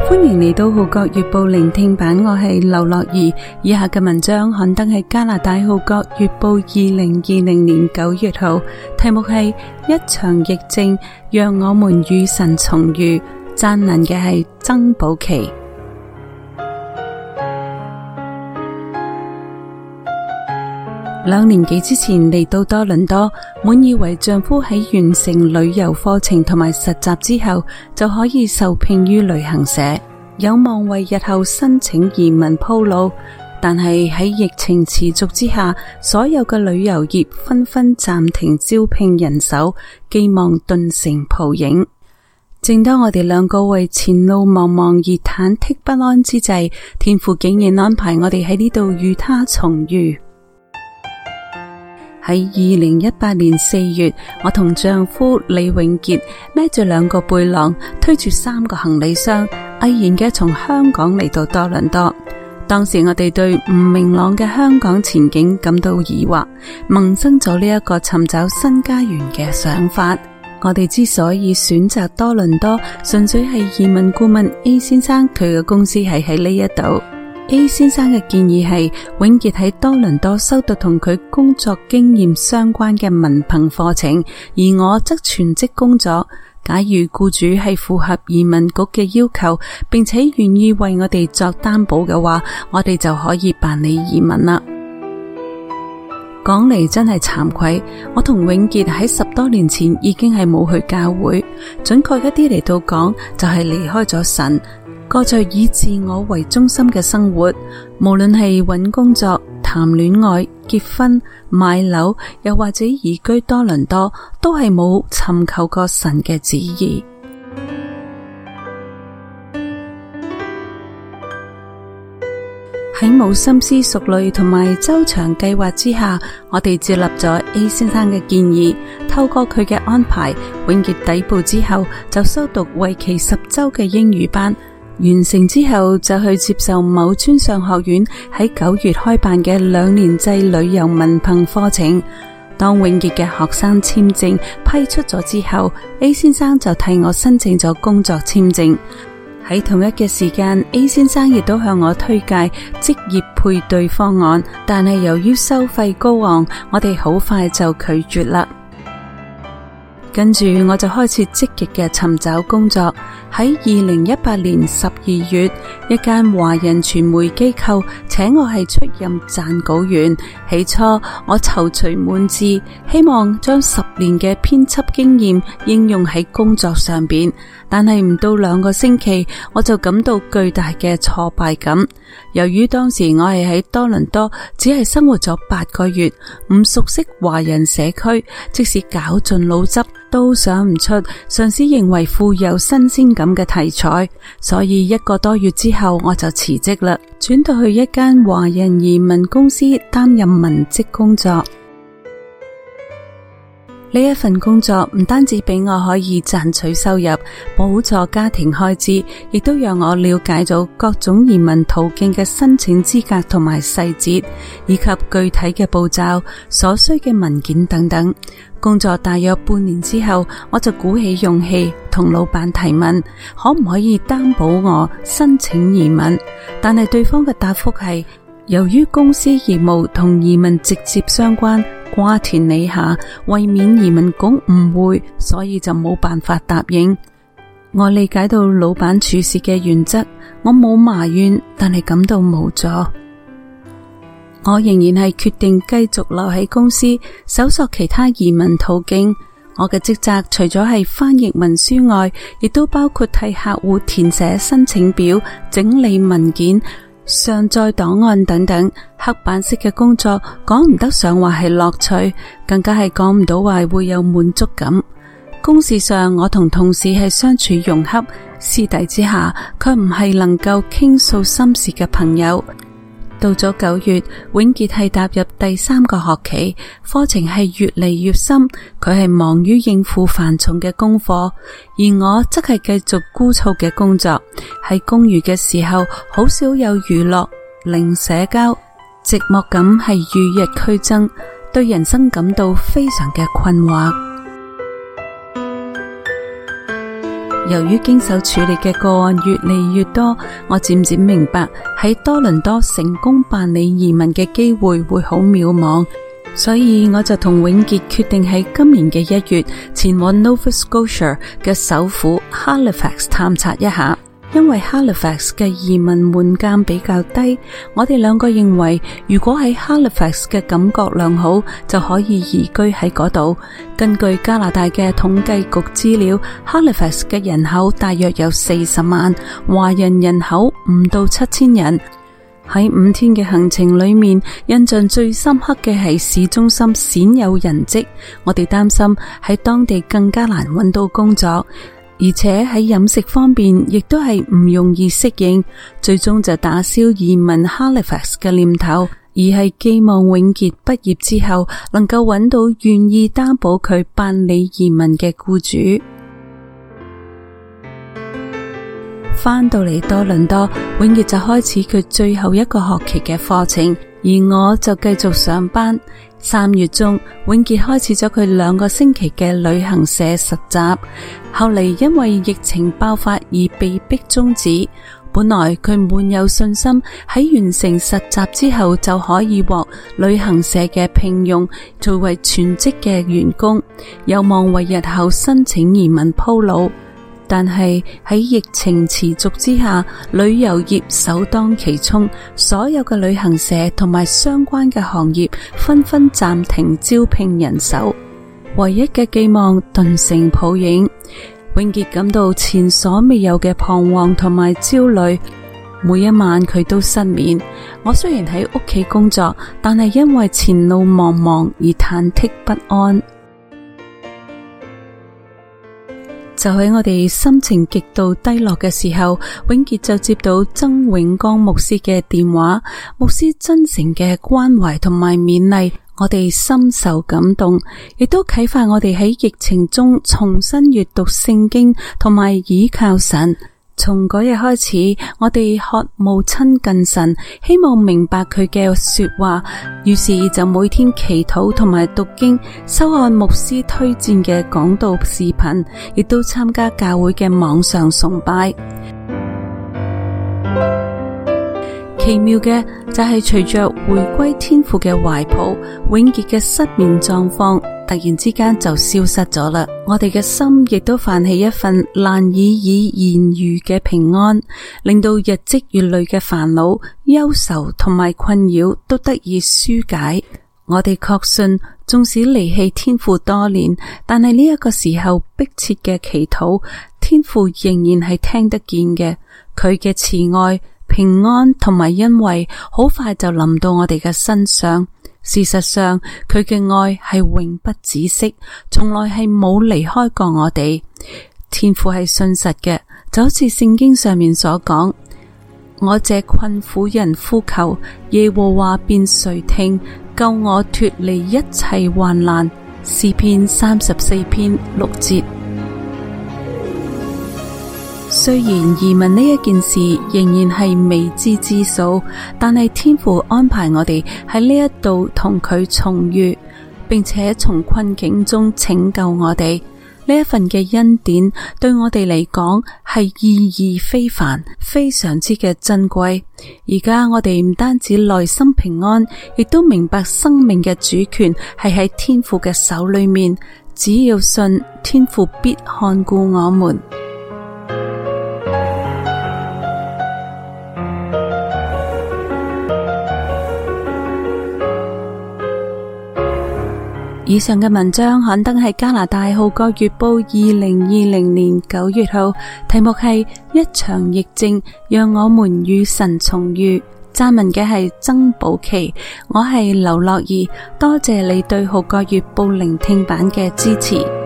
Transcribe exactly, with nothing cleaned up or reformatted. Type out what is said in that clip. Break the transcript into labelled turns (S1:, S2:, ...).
S1: 歡迎嚟到《號角月報》聆聽版，我係劉樂兒。以下嘅文章刊登喺加拿大《號角月報》二零二零年九月號，題目係一場疫症，讓我們與神重遇。撰文嘅係曾寶琪。兩年幾之前嚟到多倫多，滿以為丈夫喺完成旅遊課程同埋實習之後就可以受聘於旅行社，有望為日後申請移民鋪路。但係喺疫情持續之下，所有嘅旅遊業紛紛暫停招聘人手，寄望頓成泡影。正當我哋兩個為前路茫茫而忐忑不安之際，天父竟然安排我哋喺呢度與他重遇。喺二零一八年四月，我同丈夫李永傑孭住兩個背囊，推住三個行李箱，毅然嘅從香港嚟到多倫多。當時我哋對唔明朗嘅香港前景感到疑惑，萌生咗呢一個尋找新家園嘅想法。我哋之所以選擇多倫多，純粹係移民顧問 A 先生佢嘅公司係喺呢一度。A 先生嘅建議係永傑喺多倫多修讀同佢工作經驗相關嘅文憑課程，而我則全職工作。假如僱主係符合移民局嘅要求，並且願意為我哋作擔保嘅話，我哋就可以辦理移民啦。講嚟真係慚愧，我同永傑喺十多年前已經係冇去教會，準確一啲嚟到講，就係離開咗神，過着以自我為中心嘅生活，無論係揾工作、談戀愛、結婚、買樓，又或者移居多倫多，都係冇尋求過神嘅旨意。喺冇深思熟慮同埋周詳計劃之下，我哋接納咗 A 先生嘅建議，透過佢嘅安排，永傑抵埗之後就修讀為期十周嘅英語班。完成之後就去接受某專上學院喺九月開辦嘅兩年制旅遊文憑課程。當永傑嘅學生簽證批出咗之後， A 先生就替我申請咗工作簽證。喺同一嘅時間， A 先生亦都向我推介職業配對方案，但係由於收費高昂，我哋好快就拒絕啦。跟住我就開始積極嘅尋找工作。喺二零一八年十二月，一間華人傳媒機構請我係出任撰稿員。起初我躊躇滿志，希望將十年嘅編輯經驗應用喺工作上邊，但係唔到兩個星期，我就感到巨大嘅挫敗感。由於當時我係喺多倫多，只係生活咗八個月，唔熟悉華人社區，即使絞盡腦汁都想唔出上司認為富有新鮮感嘅題材，所以一個多月之後我就辭職啦，轉到去一間華人移民公司擔任文職工作。呢一份工作唔單止俾我可以賺取收入，補助家庭開支，亦都讓我了解咗各種移民途徑嘅申請資格同埋細節，以及具體嘅步驟、所需嘅文件等等。工作大約半年之後，我就鼓起勇氣同老闆提問，可唔可以擔保我申請移民？但係對方嘅答覆係，由於公司業務同移民直接相關，瓜田李下，為免移民局誤會，所以就冇辦法答應。我理解到老闆處事嘅原則，我冇埋怨，但係感到無助。我仍然係決定繼續留喺公司，搜索其他移民途徑。我嘅職責除咗係翻譯文書外，亦都包括替客戶填寫申請表、整理文件、上載檔案等等。黑板式嘅工作講唔得上話係樂趣，更加係講唔到話會有滿足感。公事上我同同事係相處融洽，私底之下卻唔係能夠傾訴心事嘅朋友。到咗九月，永傑係踏入第三個學期，課程係越嚟越深，佢係忙於應付繁重嘅功課，而我則係繼續枯燥嘅工作。喺公寓嘅時候，好少有娛樂，零社交，寂寞感係與日俱增，對人生感到非常嘅困惑。 由於經手處理嘅個案越嚟越多，我漸漸明白喺多倫多成功辦理移民嘅機會會好渺茫，所以我就同永傑決定喺今年嘅一月前往 Nova Scotia 嘅首府 Halifax 探察一下。因為 Halifax 嘅移民門檻比較低，我哋兩個認為如果喺 Halifax 嘅感覺良好，就可以移居喺嗰度。根據加拿大嘅統計局資料， Halifax 嘅人口大約有四十萬，華人人口唔到七千人。喺五天嘅行程裏面，印象最深刻嘅係市中心鮮有人跡，我哋擔心喺當地更加難揾到工作。而且喺飲食方面亦都係唔容易適應，最終就打消移民 Halifax 嘅念頭，而係寄望永傑畢業之後能夠揾到願意擔保佢辦理移民嘅僱主。返到嚟多倫多，永傑就開始佢最後一個學期嘅課程，而我就繼續上班。三月中，永傑開始咗佢兩個星期嘅旅行社實習，後嚟因為疫情爆發而被迫終止。本來佢滿有信心喺完成實習之後就可以獲旅行社嘅聘用，作為全職嘅員工，有望為日後申請移民鋪路。但係喺疫情持續之下，旅遊業首當其衝，所有嘅旅行社同埋相關嘅行業紛紛暫停招聘人手，唯一嘅寄望頓成泡影。永傑感到前所未有嘅彷徨同埋焦慮，每一晚佢都失眠。我雖然喺屋企工作，但係因為前路茫茫而忐忑不安。就喺我哋心情極度低落嘅時候，永傑就接到曾永剛牧師嘅電話，牧師真誠嘅關懷同埋勉勵，我哋深受感動，亦都啟發我哋喺疫情中重新閱讀聖經同埋倚靠神。從嗰日開始，我哋渴慕親近神，希望明白佢嘅說話，於是就每天祈禱同埋讀經，收看牧師推薦嘅講道視頻，亦都參加教會嘅網上崇拜。奇妙嘅就係隨着回歸天父嘅懷抱，永傑嘅失眠狀況突然之間就消失咗啦。我哋嘅心亦都泛起一份難以以言喻嘅平安，令到日積月累嘅煩惱、憂愁同埋困擾都得以紓解。我哋確信，縱使離棄天父多年，但係呢一個時候迫切嘅祈禱，天父仍然係聽得見嘅。佢嘅慈愛、平安同埋恩惠好快就臨到我哋嘅身上。事實上，佢嘅愛係永不止息，從來係冇離開過我哋。天父係信實嘅，就好似聖經上面所講，我這困苦人呼求，耶和華便垂聽，救我脫離一切患難。詩篇三十四篇六節。雖然移民呢一件事仍然係未知之數，但係天父安排我哋喺呢一度同佢重遇，並且從困境中拯救我哋。呢一份嘅恩典對我哋嚟講係意義非凡，非常之嘅珍貴。而家我哋唔單止內心平安，亦都明白生命嘅主權係喺天父嘅手裏面。只要信，天父必看顧我們。以上嘅文章刊登喺加拿大《號角月報》二零二零年九月號，題目係一場疫症，讓我們與神重遇。撰文嘅係曾寶琪，我係劉樂儀，多謝你對《號角月報》聆聽版嘅支持。